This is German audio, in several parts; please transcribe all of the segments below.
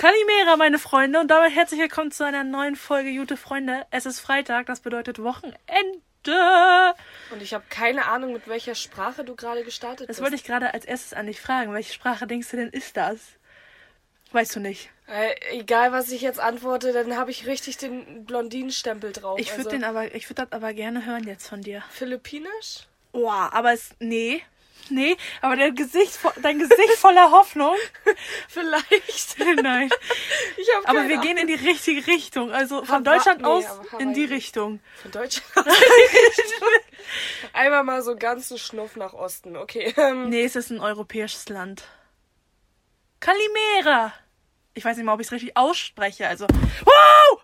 Kalimera, meine Freunde, und damit herzlich willkommen zu einer neuen Folge Gute Freunde. Es ist Freitag, das bedeutet Wochenende. Und ich habe keine Ahnung, mit welcher Sprache du gerade gestartet bist. Das wollte ich gerade als erstes an dich fragen. Welche Sprache denkst du denn ist das? Weißt du nicht. Egal, was ich jetzt antworte, dann habe ich richtig den Blondinenstempel drauf. Ich würde das aber gerne hören jetzt von dir. Philippinisch? Boah, aber nee, aber dein Gesicht voller Hoffnung. Vielleicht. Nein. Aber wir gehen in die richtige Richtung. Also von Deutschland aus in die Richtung. Von Deutschland aus? Einmal mal so ganz einen Schnuff nach Osten, okay. Nee, es ist ein europäisches Land. Kalimera! Ich weiß nicht mal, ob ich es richtig ausspreche, also... Wow!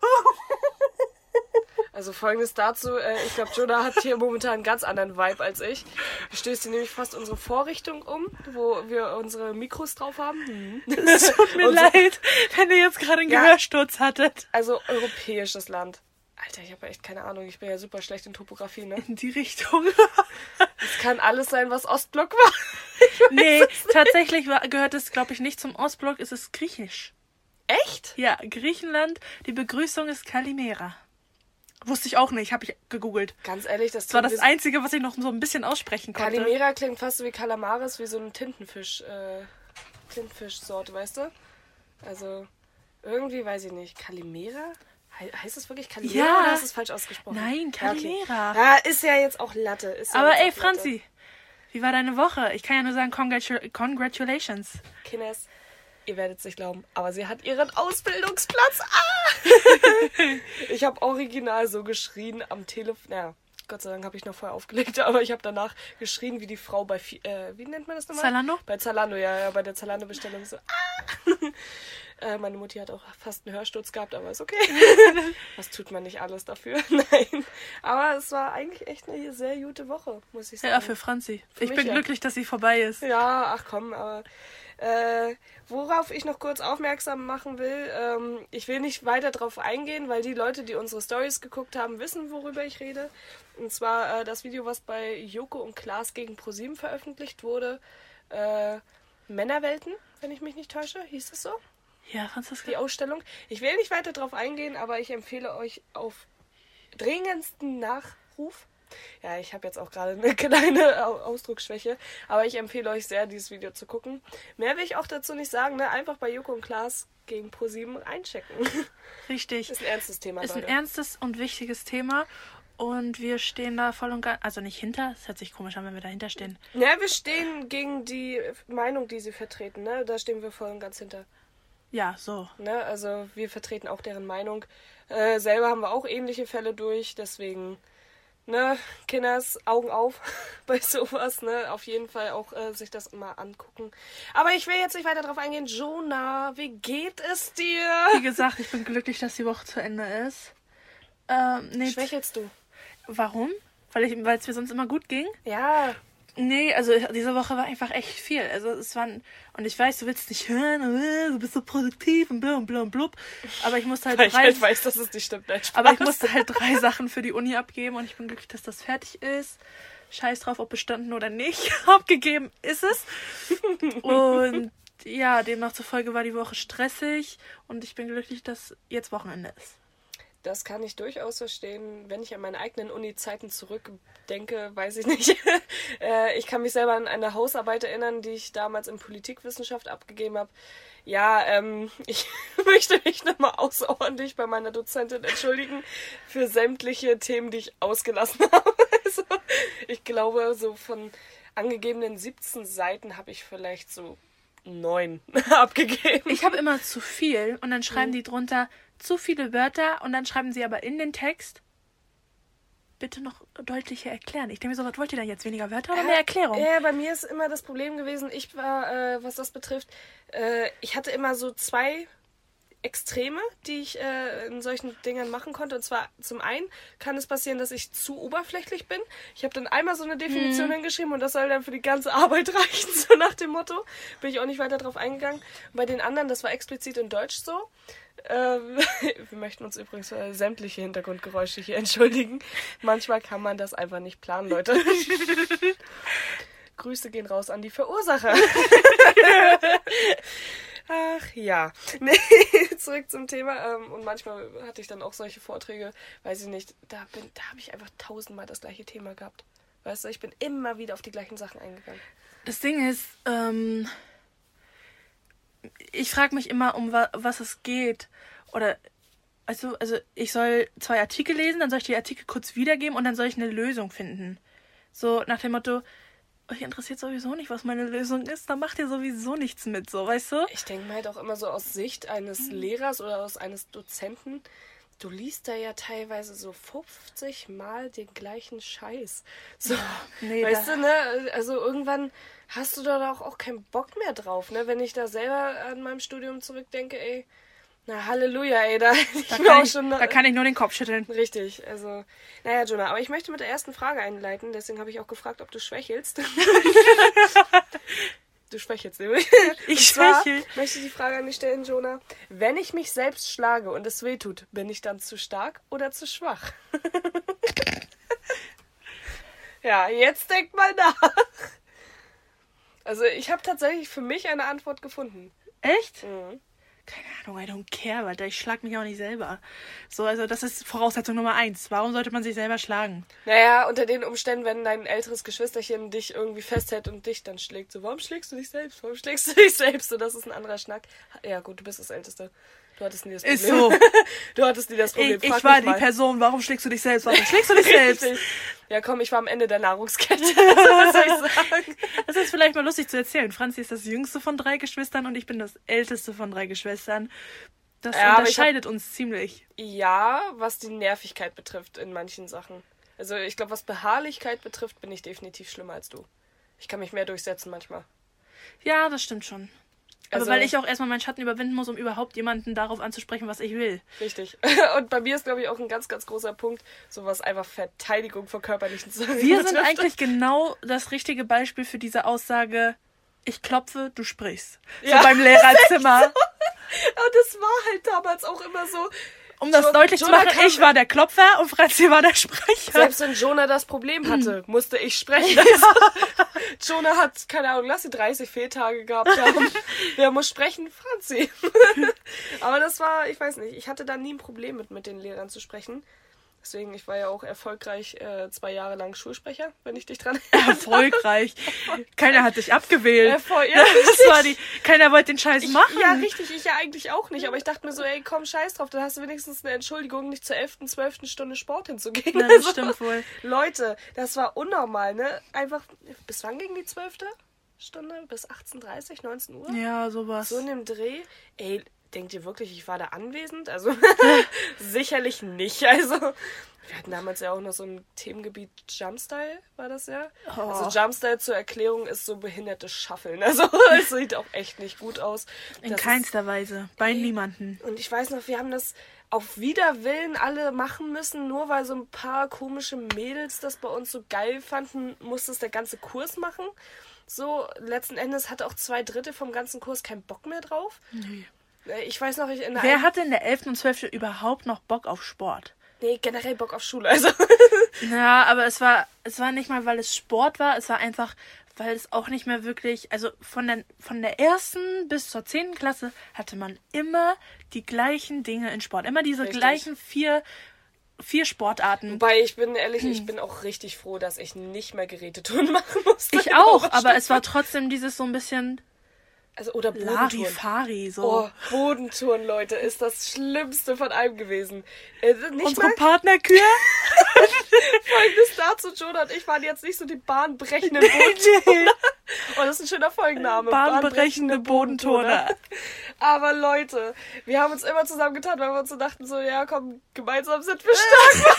Also folgendes dazu, ich glaube, Jonah hat hier momentan einen ganz anderen Vibe als ich. Du stößt hier nämlich fast unsere Vorrichtung um, wo wir unsere Mikros drauf haben. Es tut mir leid, wenn ihr jetzt gerade einen Gehörsturz hattet. Also europäisches Land. Alter, ich habe echt keine Ahnung, ich bin ja super schlecht in Topografie, ne? In die Richtung. Es kann alles sein, was Ostblock war. Nee, tatsächlich gehört es, glaube ich, nicht zum Ostblock, es ist griechisch. Echt? Ja, Griechenland, die Begrüßung ist Kalimera. Wusste ich auch nicht, habe ich gegoogelt. Ganz ehrlich, das war das Einzige, was ich noch so ein bisschen aussprechen konnte. Kalimera klingt fast so wie Kalamaris, wie so ein Tintenfischsorte, weißt du? Also, irgendwie weiß ich nicht. Kalimera? Heißt es wirklich Kalimera oder hast du es falsch ausgesprochen? Nein, Kalimera. Okay. Ja, ist ja jetzt auch Latte. Aber ey, Franzi, wie war deine Woche? Ich kann ja nur sagen, congratulations. Kinders, ihr werdet es nicht glauben, aber sie hat ihren Ausbildungsplatz. Ich habe original so geschrien am Telefon. Ja, Gott sei Dank habe ich noch vorher aufgelegt, aber ich habe danach geschrien wie die Frau bei, wie nennt man das nochmal? Zalando? Bei Zalando, ja, bei der Zalando-Bestellung so. Meine Mutti hat auch fast einen Hörsturz gehabt, aber ist okay. Was tut man nicht alles dafür? Nein. Aber es war eigentlich echt eine sehr gute Woche, muss ich sagen. Ja, für Franzi. Ich bin glücklich, dass sie vorbei ist. Ja, ach komm, aber worauf ich noch kurz aufmerksam machen will, ich will nicht weiter drauf eingehen, weil die Leute, die unsere Stories geguckt haben, wissen, worüber ich rede. Und zwar das Video, was bei Joko und Klaas gegen ProSieben veröffentlicht wurde. Männerwelten, wenn ich mich nicht täusche, hieß es so? Ja, Franziska. Die Ausstellung. Ich will nicht weiter drauf eingehen, aber ich empfehle euch auf dringendsten Nachruf. Ja, ich habe jetzt auch gerade eine kleine Ausdrucksschwäche, aber ich empfehle euch sehr, dieses Video zu gucken. Mehr will ich auch dazu nicht sagen, ne? Einfach bei Joko und Klaas gegen ProSieben einchecken. Richtig. Ist ein ernstes Thema, Ist Leute. ein ernstes und wichtiges Thema und wir stehen da voll und ganz, also nicht hinter, es hört sich komisch an, wenn wir dahinter stehen. Ja, wir stehen gegen die Meinung, die sie vertreten, ne? Da stehen wir voll und ganz hinter. Ja, so. Ne? Also wir vertreten auch deren Meinung. Selber haben wir auch ähnliche Fälle durch, deswegen... Ne, Kinders, Augen auf bei sowas, ne? Auf jeden Fall auch sich das immer angucken. Aber ich will jetzt nicht weiter drauf eingehen. Jonah, wie geht es dir? Wie gesagt, ich bin glücklich, dass die Woche zu Ende ist. Schwächelst du? Warum? Weil es mir sonst immer gut ging? Ja. Nee, also diese Woche war einfach echt viel. Also es waren, und ich weiß, du willst nicht hören, du bist so produktiv und blub und blub und blub. Aber ich musste halt Weil ich halt weiß, dass es nicht stimmt. Nein, Spaß. Aber ich musste halt 3 Sachen für die Uni abgeben und ich bin glücklich, dass das fertig ist. Scheiß drauf, ob bestanden oder nicht. Abgegeben ist es. Und ja, demnach zufolge war die Woche stressig und ich bin glücklich, dass jetzt Wochenende ist. Das kann ich durchaus verstehen. Wenn ich an meine eigenen Uni-Zeiten zurückdenke, weiß ich nicht. Ich kann mich selber an eine Hausarbeit erinnern, die ich damals in Politikwissenschaft abgegeben habe. Ja, ich möchte mich nochmal außerordentlich bei meiner Dozentin entschuldigen für sämtliche Themen, die ich ausgelassen habe. Also, ich glaube, so von angegebenen 17 Seiten habe ich vielleicht so 9 abgegeben. Ich habe immer zu viel und dann schreiben die drunter zu viele Wörter und dann schreiben sie aber in den Text bitte noch deutlicher erklären. Ich denke mir so, was wollt ihr da jetzt? Weniger Wörter oder mehr Erklärung? Ja, bei mir ist immer das Problem gewesen, ich war, was das betrifft, ich hatte immer so 2 Extreme, die ich in solchen Dingern machen konnte. Und zwar zum einen kann es passieren, dass ich zu oberflächlich bin. Ich habe dann einmal so eine Definition hingeschrieben und das soll dann für die ganze Arbeit reichen, so nach dem Motto. Bin ich auch nicht weiter drauf eingegangen. Und bei den anderen, das war explizit in Deutsch so. Wir möchten uns übrigens für sämtliche Hintergrundgeräusche hier entschuldigen. Manchmal kann man das einfach nicht planen, Leute. Grüße gehen raus an die Verursacher. Ach ja. Nee, zurück zum Thema. Und manchmal hatte ich dann auch solche Vorträge, weiß ich nicht, da habe ich einfach 1000-mal das gleiche Thema gehabt. Weißt du, ich bin immer wieder auf die gleichen Sachen eingegangen. Das Ding ist, ich frage mich immer, um was es geht. Oder, also ich soll 2 Artikel lesen, dann soll ich die Artikel kurz wiedergeben und dann soll ich eine Lösung finden. So nach dem Motto, euch interessiert sowieso nicht, was meine Lösung ist, dann macht ihr sowieso nichts mit, so, weißt du? Ich denke mir halt auch immer so aus Sicht eines Lehrers oder aus eines Dozenten, du liest da ja teilweise so 50 Mal den gleichen Scheiß. So, Nee, weißt du, ne? Also irgendwann hast du da auch keinen Bock mehr drauf, ne? Wenn ich da selber an meinem Studium zurückdenke, ey, na Halleluja, ey, da kann ich nur den Kopf schütteln. Richtig, also, naja, Jonah, aber ich möchte mit der ersten Frage einleiten, deswegen habe ich auch gefragt, ob du schwächelst. Du schwächelst nämlich. Ich schwächel. Möchte ich die Frage an dich stellen, Jonah. Wenn ich mich selbst schlage und es wehtut, bin ich dann zu stark oder zu schwach? Ja, jetzt denk mal nach. Also ich habe tatsächlich für mich eine Antwort gefunden. Echt? Mhm. Keine Ahnung, I don't care, weil ich schlag mich auch nicht selber. So, also das ist Voraussetzung Nummer 1. Warum sollte man sich selber schlagen? Naja, unter den Umständen, wenn dein älteres Geschwisterchen dich irgendwie festhält und dich dann schlägt. So, warum schlägst du dich selbst? Warum schlägst du dich selbst? So, das ist ein anderer Schnack. Ja gut, du bist das Älteste. Du hattest nie das Problem. Ist so. Du hattest nie das Problem. Ich war die Person, warum schlägst du dich selbst? Warum schlägst du dich selbst? Richtig. Ja komm, ich war am Ende der Nahrungskette. Was soll ich sagen? Das ist vielleicht mal lustig zu erzählen. Franzi ist das jüngste von 3 Geschwistern und ich bin das älteste von 3 Geschwistern. Das unterscheidet uns ziemlich. Ja, was die Nervigkeit betrifft in manchen Sachen. Also ich glaube, was Beharrlichkeit betrifft, bin ich definitiv schlimmer als du. Ich kann mich mehr durchsetzen manchmal. Ja, das stimmt schon. Aber Also, weil ich auch erstmal meinen Schatten überwinden muss, um überhaupt jemanden darauf anzusprechen, was ich will. Richtig. Und bei mir ist, glaube ich, auch ein ganz, ganz großer Punkt, sowas einfach Verteidigung vor körperlichen Sachen. Wir sind eigentlich genau das richtige Beispiel für diese Aussage, ich klopfe, du sprichst. Ja. So beim Lehrerzimmer. Und das war halt damals auch immer so. Um das deutlich zu machen, ich war der Klopfer und Franzi war der Sprecher. Selbst wenn Jonah das Problem hatte, musste ich sprechen. Also, Jonah hat, keine Ahnung, lass sie 30 Fehltage gehabt haben. Wer muss sprechen? Franzi. Aber das war, ich weiß nicht, ich hatte da nie ein Problem mit den Lehrern zu sprechen. Deswegen, ich war ja auch erfolgreich 2 Jahre lang Schulsprecher, wenn ich dich dran erinnere. Erfolgreich. Keiner hat dich abgewählt. Ja, das war keiner wollte den Scheiß machen. Ja, richtig, ich ja eigentlich auch nicht. Aber ich dachte mir so, ey, komm, scheiß drauf, dann hast du wenigstens eine Entschuldigung, nicht zur 11., 12. Stunde Sport hinzugehen. Ja, das stimmt wohl. Leute, das war unnormal, ne? Einfach, bis wann ging die 12. Stunde? Bis 18:30, 19 Uhr? Ja, sowas. So in dem Dreh. Ey, denkt ihr wirklich, ich war da anwesend? Also, sicherlich nicht. Also, wir hatten damals ja auch noch so ein Themengebiet Jumpstyle, war das ja? Oh. Also, Jumpstyle zur Erklärung ist so behinderte Schaffeln. Also, es sieht auch echt nicht gut aus. In keinster Weise. Bei niemanden. Und ich weiß noch, wir haben das auf Widerwillen alle machen müssen, nur weil so ein paar komische Mädels das bei uns so geil fanden, musste es der ganze Kurs machen. So, letzten Endes hatte auch 2/3 vom ganzen Kurs keinen Bock mehr drauf. Nee. Ich weiß noch, Wer hatte in der 11. und 12. überhaupt noch Bock auf Sport? Nee, generell Bock auf Schule, also. Ja, aber es war nicht mal, weil es Sport war, es war einfach, weil es auch nicht mehr wirklich, also von der 1. bis zur 10. Klasse hatte man immer die gleichen Dinge in Sport. Immer diese gleichen vier Sportarten. Wobei, ich bin ehrlich, ich bin auch richtig froh, dass ich nicht mehr Gerätetouren machen musste. Ich auch, aber es war trotzdem dieses so ein bisschen also, oder Bodentouren. Larifari, so. Oh, Bodentouren, Leute, ist das Schlimmste von allem gewesen. Unsere Partnerkühe? Folgendes dazu, Jonah und ich waren jetzt nicht so die bahnbrechenden Bodenturner. Oh, das ist ein schöner Folgenname. Bahnbrechende Bodenturner. Aber Leute, wir haben uns immer zusammengetan, weil wir uns so dachten, so, ja komm, gemeinsam sind wir stark.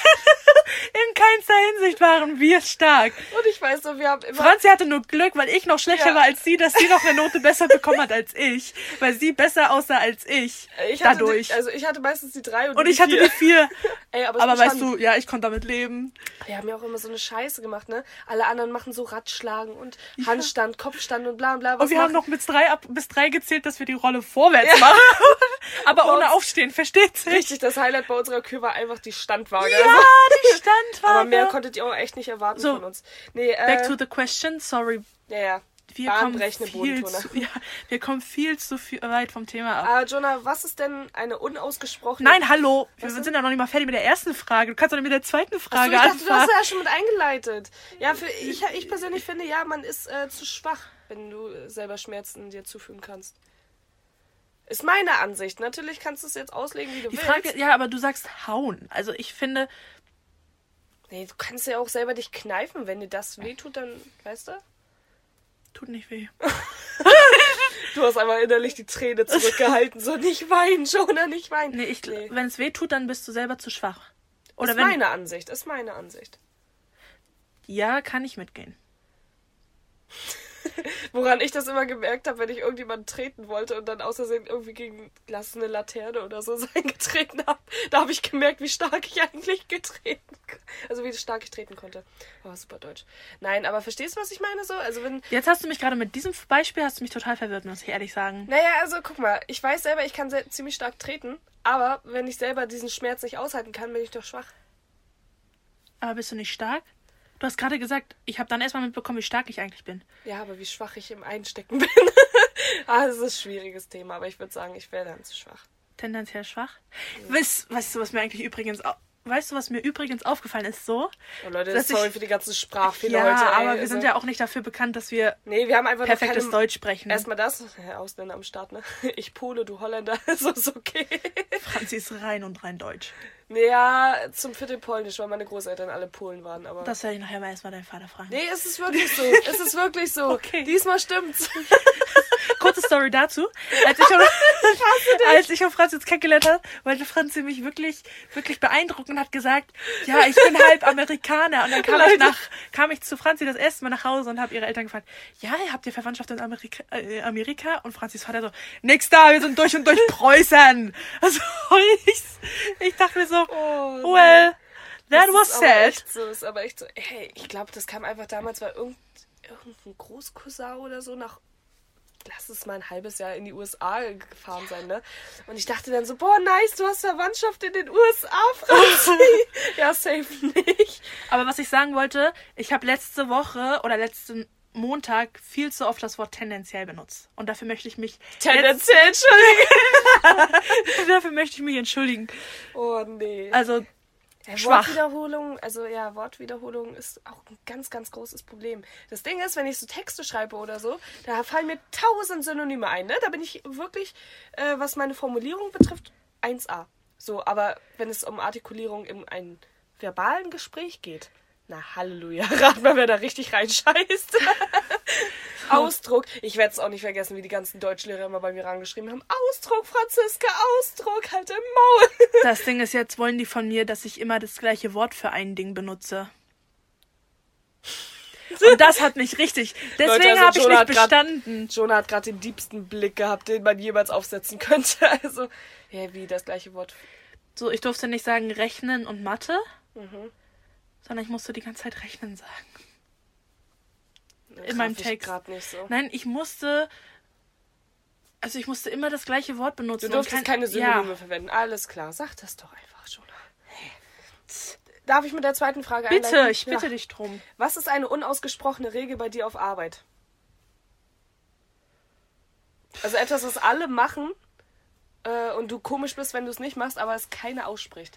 In keinster Hinsicht waren wir stark. Und ich weiß so, wir haben immer... Franzi hatte nur Glück, weil ich noch schlechter war als sie, dass sie noch eine Note besser bekommen hat als ich. Weil sie besser aussah als ich. Ich hatte meistens die 3 und ich hatte die 4. Ey, aber weißt du, ja, ich konnte damit leben. Wir haben ja auch immer so eine Scheiße gemacht, ne? Alle anderen machen so Radschlagen und Handstand, Kopfstand und bla bla. Und wir haben noch bis 3 gezählt, dass wir die Rolle vorwärts machen. Aber ohne Aufstehen, versteht sich. Richtig, das Highlight bei unserer Kür war einfach die Standwaage. Ja, die Standwaage. Aber mehr konntet ihr auch echt nicht erwarten von uns. Nee, back to the question, sorry. Ja. bahnbrechende Bodentoner. Wir kommen viel zu weit vom Thema ab. Aber Jonah, was ist denn eine unausgesprochene... Nein, hallo, wir sind ja noch nicht mal fertig mit der ersten Frage. Du kannst doch nicht mit der zweiten Frage anfangen. anfangen. Du hast ja schon mit eingeleitet. Ja, ich persönlich finde, ja, man ist zu schwach, wenn du selber Schmerzen dir zufügen kannst. Ist meine Ansicht. Natürlich kannst du es jetzt auslegen, wie du willst. Die Frage, ja, aber du sagst hauen. Also ich finde... Nee, du kannst ja auch selber dich kneifen. Wenn dir das wehtut, dann, weißt du? Tut nicht weh. Du hast einfach innerlich die Träne zurückgehalten. So, nicht weinen, Jonah, nicht weinen. Nee, wenn es weh tut, dann bist du selber zu schwach. Ist meine Ansicht. Ja, kann ich mitgehen. Woran ich das immer gemerkt habe, wenn ich irgendjemanden treten wollte und dann aus Versehen irgendwie gegen eine Laterne oder so getreten habe. Da habe ich gemerkt, wie stark ich eigentlich wie stark ich treten konnte. Oh, super deutsch. Nein, aber verstehst du, was ich meine so? Also Jetzt hast du mich gerade mit diesem Beispiel total verwirrt, muss ich ehrlich sagen. Naja, also guck mal, ich weiß selber, ich kann ziemlich stark treten, aber wenn ich selber diesen Schmerz nicht aushalten kann, bin ich doch schwach. Aber bist du nicht stark? Du hast gerade gesagt, ich habe dann erstmal mitbekommen, wie stark ich eigentlich bin. Ja, aber wie schwach ich im Einstecken bin. Das ist ein schwieriges Thema, aber ich würde sagen, ich wäre dann zu schwach. Tendenziell schwach? Ja. Weißt du, was mir eigentlich übrigens aufgefallen ist, so? Oh Leute, sorry für die ganzen Sprachfehler heute. Ja, aber wir sind ja auch nicht dafür bekannt, dass wir haben einfach perfektes Deutsch sprechen. Erstmal das, Ausländer am Start, ne? Ich Pole, du Holländer, so ist okay. Franzi ist rein Deutsch. Ja, zum Viertel polnisch, weil meine Großeltern alle Polen waren, aber... Das werde ich nachher mal erstmal deinen Vater fragen. Nee, es ist wirklich so. Okay. Diesmal stimmt's. Kurze Story dazu. Als ich auf Franzi jetzt kennengelernt habe, wollte Franzi mich wirklich, wirklich beeindrucken und hat gesagt, ja, ich bin halb Amerikaner. Und dann kam ich zu Franzi das erste Mal nach Hause und habe ihre Eltern gefragt, ja, habt ihr Verwandtschaft in Amerika? Und Franzis Vater so, nix da, wir sind durch und durch Preußen. Also ich dachte mir so, well, that was sad. Ist aber echt so, hey, ich glaube, das kam einfach damals, weil irgendein Großcousin oder so lass es mal ein halbes Jahr in die USA gefahren sein, ne? Und ich dachte dann so, boah, nice, du hast Verwandtschaft in den USA, Franzi. Ja, safe nicht. Aber was ich sagen wollte, ich habe letzten Montag viel zu oft das Wort tendenziell benutzt. Und dafür möchte ich mich... Tendenziell entschuldigen. Dafür möchte ich mich entschuldigen. Oh, nee. Also... schwach. Wortwiederholung ist auch ein ganz, ganz großes Problem. Das Ding ist, wenn ich so Texte schreibe oder so, da fallen mir 1000 Synonyme ein, ne? Da bin ich wirklich, was meine Formulierung betrifft, 1A. So, aber wenn es um Artikulierung in einem verbalen Gespräch geht, na Halleluja, rat mal, wer da richtig reinscheißt. Ausdruck. Ich werde es auch nicht vergessen, wie die ganzen Deutschlehrer immer bei mir rangeschrieben haben. Ausdruck, Franziska, Ausdruck, halt im Maul. Das Ding ist, jetzt wollen die von mir, dass ich immer das gleiche Wort für ein Ding benutze. Und das hat mich richtig... Deswegen habe ich nicht bestanden. Jonah hat gerade den diebsten Blick gehabt, den man jemals aufsetzen könnte. Also, ja, wie das gleiche Wort. So, ich durfte nicht sagen rechnen und Mathe, sondern ich musste die ganze Zeit rechnen sagen. In meinem Text. Nicht so. Nein, ich musste immer das gleiche Wort benutzen. Du durftest keine Synonyme verwenden. Alles klar, sag das doch einfach schon. Darf ich mit der zweiten Frage einleiten? Bitte, ich bitte dich drum. Was ist eine unausgesprochene Regel bei dir auf Arbeit? Also etwas, was alle machen und du komisch bist, wenn du es nicht machst, aber es keiner ausspricht.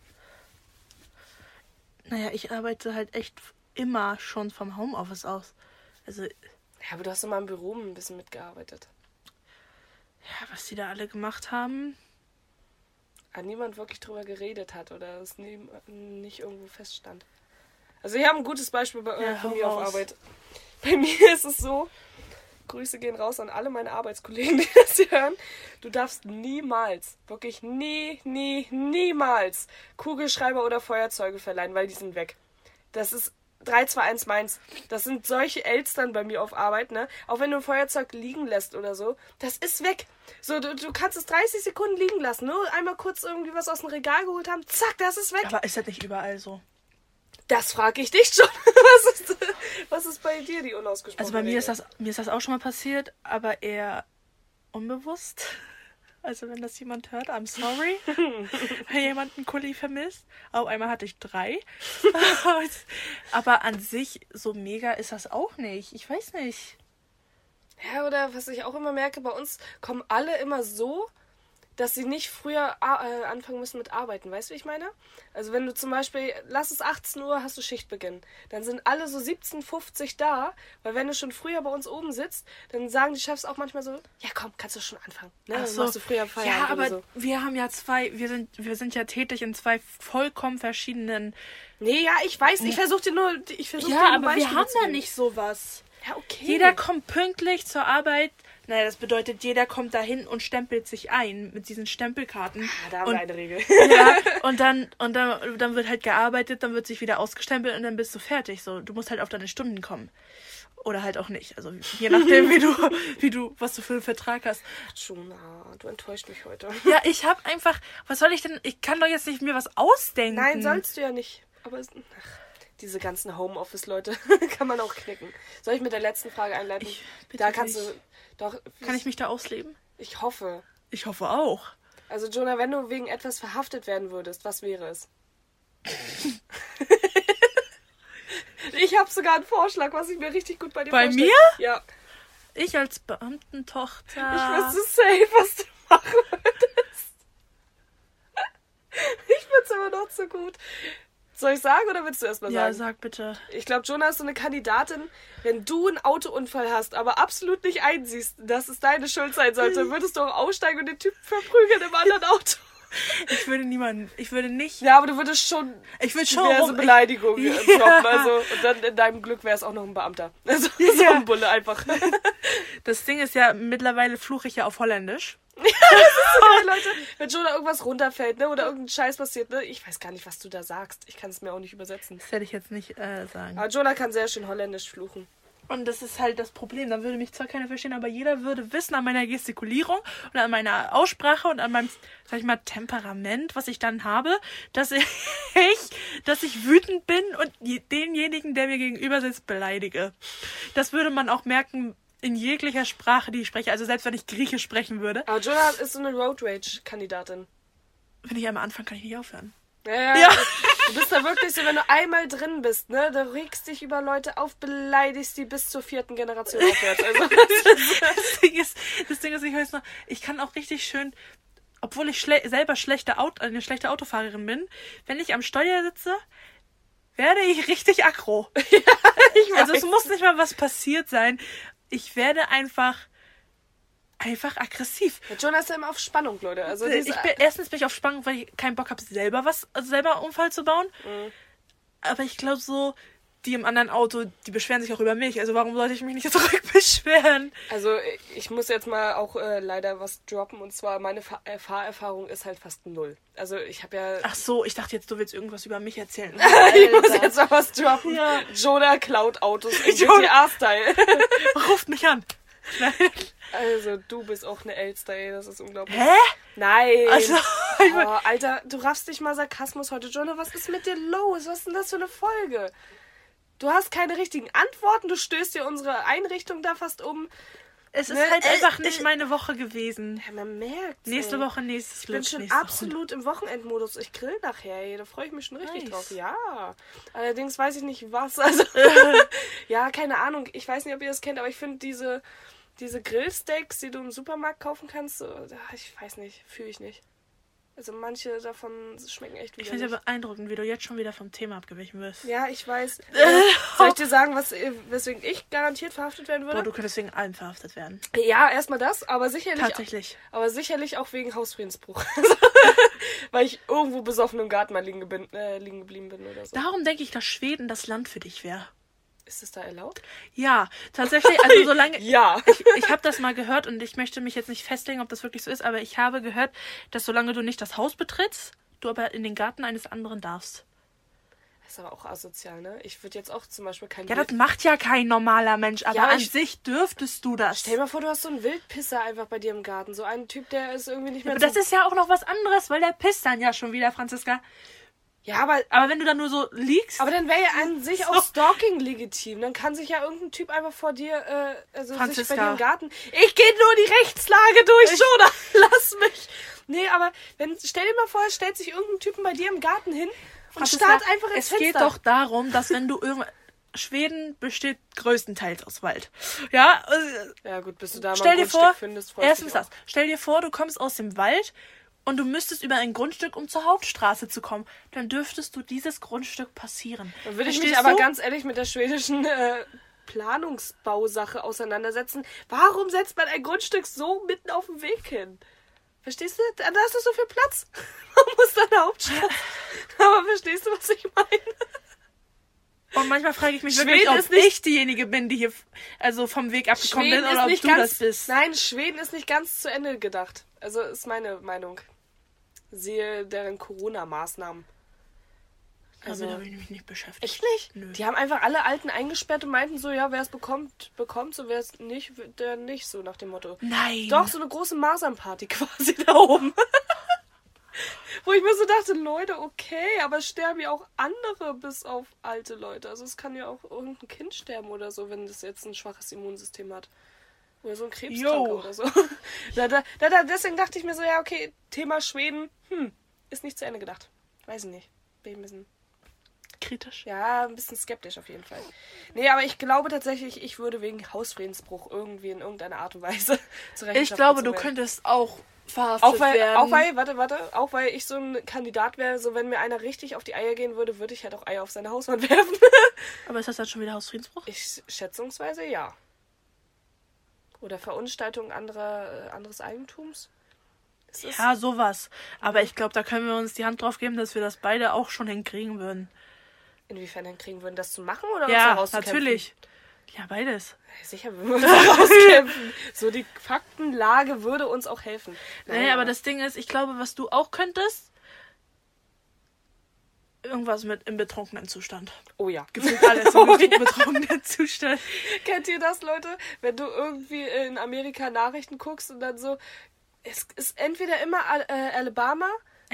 Naja, ich arbeite halt echt immer schon vom Homeoffice aus. Also... Ja, aber du hast in meinem Büro ein bisschen mitgearbeitet. Ja, was die da alle gemacht haben... niemand wirklich drüber geredet hat oder es nicht irgendwo feststand. Also ich habe ein gutes Beispiel von mir auf Arbeit. Bei mir ist es so, Grüße gehen raus an alle meine Arbeitskollegen, die das hier hören. Du darfst niemals, wirklich niemals Kugelschreiber oder Feuerzeuge verleihen, weil die sind weg. Das ist 3, 2, 1 meins. Das sind solche Elstern bei mir auf Arbeit, ne? Auch wenn du ein Feuerzeug liegen lässt oder so, das ist weg. So, du kannst es 30 Sekunden liegen lassen, nur einmal kurz irgendwie was aus dem Regal geholt haben, zack, das ist weg. Aber ist das nicht überall so? Das frage ich dich schon. Was ist bei dir die unausgesprochene Also bei mir ist das auch schon mal passiert, aber eher unbewusst. Also wenn das jemand hört, I'm sorry. Wenn jemand einen Kuli vermisst. Auch einmal hatte ich 3. Aber an sich, so mega ist das auch nicht. Ich weiß nicht. Ja, oder was ich auch immer merke, bei uns kommen alle immer so, dass sie nicht früher anfangen müssen mit Arbeiten. Weißt du, wie ich meine? Also wenn du zum Beispiel, lass es 18 Uhr, hast du Schichtbeginn. Dann sind alle so 17:50 da, weil wenn du schon früher bei uns oben sitzt, dann sagen die Chefs auch manchmal so, ja komm, kannst du schon anfangen. Ne? Ach Dann so. machst du früher Feierabend Ja, aber oder so. wir haben ja wir sind ja tätig in 2 vollkommen verschiedenen... Nee, ja, ich weiß, ich versuche dir nur Ja, aber wir haben da nicht sowas. Ja, okay. Jeder kommt pünktlich zur Arbeit. Naja, das bedeutet, jeder kommt dahin und stempelt sich ein mit diesen Stempelkarten. Da haben wir eine Regel. Ja, und dann wird halt gearbeitet, dann wird sich wieder ausgestempelt und dann bist du fertig. So, du musst halt auf deine Stunden kommen. Oder halt auch nicht. Also je nachdem, was du für einen Vertrag hast. Jonah, du enttäuscht mich heute. Ja, ich hab einfach, was soll ich denn, ich kann doch jetzt nicht mir was ausdenken. Nein, sollst du ja nicht. Aber diese ganzen Homeoffice-Leute kann man auch knicken. Soll ich mit der letzten Frage einleiten? Bitte Da kannst nicht. du doch. Kann ich mich da ausleben? Ich hoffe. Ich hoffe auch. Also Jonah, wenn du wegen etwas verhaftet werden würdest, was wäre es? Ich habe sogar einen Vorschlag, was ich mir richtig gut bei dir Bei vorstelle. mir? Ja. Ich als Beamtentochter. Ich wüsste safe, was du machen würdest. Ich find's aber noch zu gut. Soll ich sagen oder willst du erst mal sagen? Ja, sag bitte. Ich glaube, Jonah ist so eine Kandidatin, wenn du einen Autounfall hast, aber absolut nicht einsiehst, dass es deine Schuld sein sollte, würdest du auch aussteigen und den Typen verprügeln im anderen Auto. Ich würde nicht. Ja, aber du würdest schon diverse Beleidigungen droppen. Also, und dann in deinem Glück wäre es auch noch ein Beamter. Also so ein Bulle einfach. Das Ding ist ja, mittlerweile fluche ich ja auf Holländisch. Ja, Leute, wenn Jonah irgendwas runterfällt, ne, oder irgendein Scheiß passiert, ne, ich weiß gar nicht, was du da sagst. Ich kann es mir auch nicht übersetzen. Das werde ich jetzt nicht sagen. Aber Jonah kann sehr schön Holländisch fluchen. Und das ist halt das Problem. Dann würde mich zwar keiner verstehen, aber jeder würde wissen an meiner Gestikulierung und an meiner Aussprache und an meinem, sag ich mal, Temperament, was ich dann habe, dass ich wütend bin und denjenigen, der mir gegenüber sitzt, beleidige. Das würde man auch merken in jeglicher Sprache, die ich spreche. Also selbst wenn ich Griechisch sprechen würde. Aber Jonah ist so eine Road Rage-Kandidatin. Wenn ich einmal anfange, kann ich nicht aufhören. Ja. Du bist da wirklich so, wenn du einmal drin bist, ne, da regst dich über Leute auf, beleidigst die bis zur 4. Generation aufwärts. Also, das Ding ist, ich weiß noch, ich kann auch richtig schön, obwohl ich selber eine schlechte Autofahrerin bin, wenn ich am Steuer sitze, werde ich richtig aggro. ich weiß. Also es muss nicht mal was passiert sein. Ich werde einfach aggressiv. Ja, Jonah ist ja immer auf Spannung, Leute. Also Erstens bin ich auf Spannung, weil ich keinen Bock habe, selber Unfall zu bauen. Mhm. Aber ich glaube so, die im anderen Auto, die beschweren sich auch über mich. Also warum sollte ich mich nicht zurückbeschweren? Also ich muss jetzt mal auch leider was droppen. Und zwar meine Fahrerfahrung ist halt fast 0. Also ich habe ja... Ach so, ich dachte jetzt, du willst irgendwas über mich erzählen. Ich muss jetzt noch was droppen. Ja. Jonah klaut Autos im GTA-Style. Ruft mich an. Also, du bist auch eine Elster, ey. Das ist unglaublich. Hä? Nein. Also, Alter, du raffst dich mal Sarkasmus heute. Jonah, was ist mit dir los? Was ist denn das für eine Folge? Du hast keine richtigen Antworten. Du stößt dir unsere Einrichtung da fast um. Es ist halt einfach nicht meine Woche gewesen. Ja, man merkt. Nächste Woche, nächstes Glück. Ich bin schon absolut im Wochenendmodus. Ich grill nachher, ey. Da freue ich mich schon richtig drauf. Ja. Allerdings weiß ich nicht, was. Also, ja, keine Ahnung. Ich weiß nicht, ob ihr das kennt, aber ich finde diese Grillsteaks, die du im Supermarkt kaufen kannst, so, ich weiß nicht, fühle ich nicht. Also manche davon schmecken echt widerlich. Ich finde es ja beeindruckend, wie du jetzt schon wieder vom Thema abgewichen wirst. Ja, ich weiß. Soll ich dir sagen, weswegen ich garantiert verhaftet werden würde? Boah, du könntest wegen allem verhaftet werden. Ja, erstmal das, aber sicherlich. Tatsächlich. Aber sicherlich auch wegen Hausfriedensbruch. Weil ich irgendwo besoffen im Garten mal liegen geblieben bin oder so. Darum denke ich, dass Schweden das Land für dich wäre. Ist es da erlaubt? Ja, tatsächlich, also solange... Ja. Ich habe das mal gehört und ich möchte mich jetzt nicht festlegen, ob das wirklich so ist, aber ich habe gehört, dass solange du nicht das Haus betrittst, du aber in den Garten eines anderen darfst. Das ist aber auch asozial, ne? Ich würde jetzt auch zum Beispiel kein... Ja, das macht ja kein normaler Mensch, aber Ja, an sich dürftest du das. Stell dir mal vor, du hast so einen Wildpisser einfach bei dir im Garten. So einen Typ, der ist irgendwie nicht mehr... Aber das ist ja auch noch was anderes, weil der pisst dann ja schon wieder, Franziska. Ja, aber wenn du dann nur so liegst... Aber dann wäre ja an sich auch Stalking legitim. Dann kann sich ja irgendein Typ einfach vor dir, sich bei dir im Garten... Ich gehe nur die Rechtslage durch, Jonah! Lass mich! Nee, aber stell dir mal vor, es stellt sich irgendein Typen bei dir im Garten hin und starrt einfach ins Fenster. Es geht doch darum, dass wenn du Schweden besteht größtenteils aus Wald. Ja, Ja gut, bis du da mal stell ein dir Grundstück vor, findest, freust erstens dich das. Stell dir vor, du kommst aus dem Wald und du müsstest über ein Grundstück, um zur Hauptstraße zu kommen. Dann dürftest du dieses Grundstück passieren. Dann würde ich mich Verstehst aber du? ganz ehrlich mit der schwedischen Planungsbausache auseinandersetzen. Warum setzt man ein Grundstück so mitten auf dem Weg hin? Verstehst du? Da hast du so viel Platz. Man muss da eine Hauptstraße. Aber verstehst du, was ich meine? Und manchmal frage ich mich Schweden wirklich, ob ist nicht- ich diejenige bin, die hier also vom Weg abgekommen bin, oder ob du das bist. Nein, Schweden ist nicht ganz zu Ende gedacht. Also ist meine Meinung. Siehe deren Corona-Maßnahmen. Also, Also, da habe ich mich nicht beschäftigt. echt nicht? Nö. Die haben einfach alle Alten eingesperrt und meinten so, ja, wer es bekommt, bekommt, so wer es nicht, der nicht, so nach dem Motto. Nein. Doch, so eine große Masernparty quasi da oben. Wo ich mir so dachte, Leute, okay, aber es sterben ja auch andere bis auf alte Leute. Also es kann ja auch irgendein Kind sterben oder so, wenn das jetzt ein schwaches Immunsystem hat. Oder so ein Krebskranker oder so. Deswegen dachte ich mir so, ja, okay, Thema Schweden, ist nicht zu Ende gedacht. Weiß ich nicht. Bin ich ein bisschen, Kritisch. ja, ein bisschen skeptisch auf jeden Fall. Nee, aber ich glaube tatsächlich, ich würde wegen Hausfriedensbruch irgendwie in irgendeiner Art und Weise zur Ich Rechenschaft glaube, gezogen du werden. könntest auch verhaftet Auch weil, werden. auch weil ich so ein Kandidat wäre, so wenn mir einer richtig auf die Eier gehen würde, würde ich halt auch Eier auf seine Hauswand werfen. Aber ist das dann schon wieder Hausfriedensbruch? Ich schätzungsweise ja. Oder Verunstaltung anderes Eigentums. Es ist- Ja, sowas. Aber ich glaube, da können wir uns die Hand drauf geben, dass wir das beide auch schon hinkriegen würden. Inwiefern denn kriegen würden, das zu machen oder uns Ja, herauszukämpfen? natürlich. Ja, beides. Ja, sicher würden wir uns herauskämpfen. So die Faktenlage würde uns auch helfen. Nee, aber das Ding ist, ich glaube, was du auch könntest, irgendwas mit im betrunkenen Zustand. Oh ja. Gefühlt alles im betrunkenen Zustand. Kennt ihr das, Leute? Wenn du irgendwie in Amerika Nachrichten guckst und dann so, es ist entweder immer Alabama,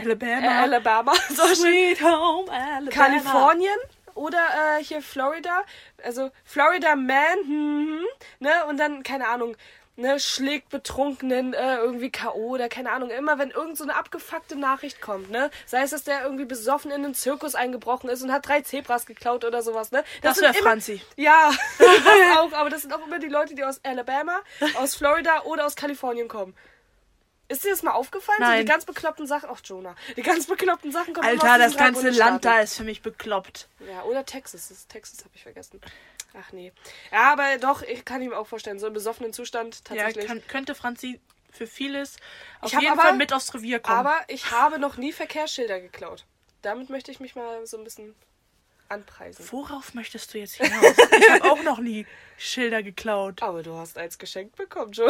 so Sweet Home Alabama. Kalifornien oder hier Florida, also Florida Man, ne, und dann, keine Ahnung, ne, schlägt Betrunkenen irgendwie K.O. oder keine Ahnung, immer wenn irgend so eine abgefuckte Nachricht kommt, ne, sei es, dass der irgendwie besoffen in den Zirkus eingebrochen ist und hat 3 Zebras geklaut oder sowas, ne. Das sind wäre immer- Franzi. Ja, das auch, aber das sind auch immer die Leute, die aus Alabama, aus Florida oder aus Kalifornien kommen. Ist dir das mal aufgefallen? So Nein. die ganz bekloppten Sachen, ach Jonah, die ganz bekloppten Sachen kommen immer Alter, aus das diesen drei ganze Land da Bundesstaaten. ist für mich bekloppt. Ja, oder Texas. Texas habe ich vergessen. Ach nee. Ja, aber doch, ich kann ihm auch vorstellen, so im besoffenen Zustand tatsächlich. Ja, könnte Franzi für vieles auf Ich hab jeden aber- Fall mit aufs Revier kommen. Aber ich habe noch nie Verkehrsschilder geklaut. Damit möchte ich mich mal so ein bisschen anpreisen. Worauf möchtest du jetzt hinaus? Ich habe auch noch nie Schilder geklaut. Aber du hast eins geschenkt bekommen, schon.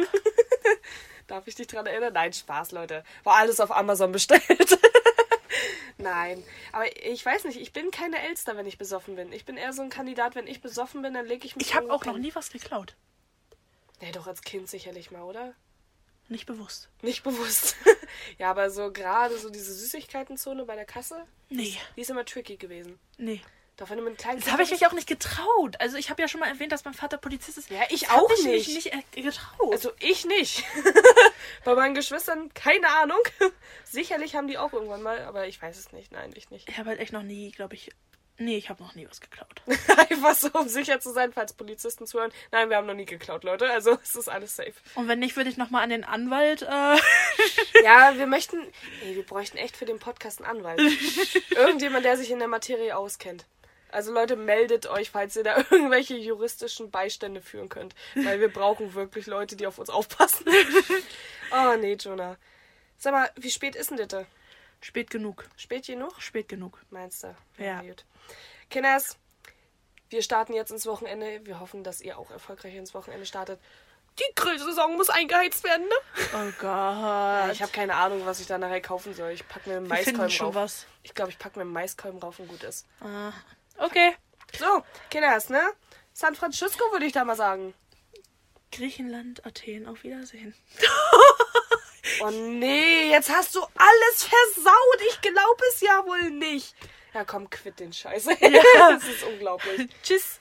Darf ich dich dran erinnern? Nein, Spaß, Leute. War alles auf Amazon bestellt. Nein, aber ich weiß nicht, ich bin keine Elster, wenn ich besoffen bin. Ich bin eher so ein Kandidat, wenn ich besoffen bin, dann lege ich mich Ich habe irgendwo auch noch pennen. nie was geklaut. Nee, doch als Kind sicherlich mal, oder? Nicht bewusst. Nicht bewusst. Ja, aber so gerade so diese Süßigkeitenzone bei der Kasse, Nee, die ist immer tricky gewesen. nee. Doch wenn du mit einem kleinen Das habe ich mich auch nicht getraut. Also ich habe ja schon mal erwähnt, dass mein Vater Polizist ist. Ja, ich Das hab auch ich nicht. mich nicht getraut. Also ich nicht. Bei meinen Geschwistern, keine Ahnung. Sicherlich haben die auch irgendwann mal, aber ich weiß es nicht. Nein, ich nicht. ich habe halt echt noch nie, glaube ich... Nee, ich habe noch nie was geklaut. Einfach so, um sicher zu sein, falls Polizisten zuhören. Nein, wir haben noch nie geklaut, Leute. Also es ist alles safe. Und wenn nicht, würde ich nochmal an den Anwalt... Ja, wir bräuchten echt für den Podcast einen Anwalt. Irgendjemand, der sich in der Materie auskennt. Also Leute, meldet euch, falls ihr da irgendwelche juristischen Beistände führen könnt. Weil wir brauchen wirklich Leute, die auf uns aufpassen. Oh nee, Jonah. Sag mal, wie spät ist denn das? Spät genug. Spät genug? Spät genug. Meinst du? Ja. Gut. Kinders, wir starten jetzt ins Wochenende. Wir hoffen, dass ihr auch erfolgreich ins Wochenende startet. Die Grillsaison muss eingeheizt werden, ne? Oh Gott. Ich habe keine Ahnung, was ich da nachher kaufen soll. Ich pack mir einen Wir finden Maiskolben schon rauf. was. Ich glaube, ich packe mir einen Maiskolben rauf und gut ist. Ah, okay. So, Kinders, ne? San Francisco würde ich da mal sagen. Griechenland, Athen, auf Wiedersehen. Oh nee, jetzt hast du alles versaut. Ich glaube es ja wohl nicht. Ja, komm, quitt den Scheiß. Das ist unglaublich. Tschüss.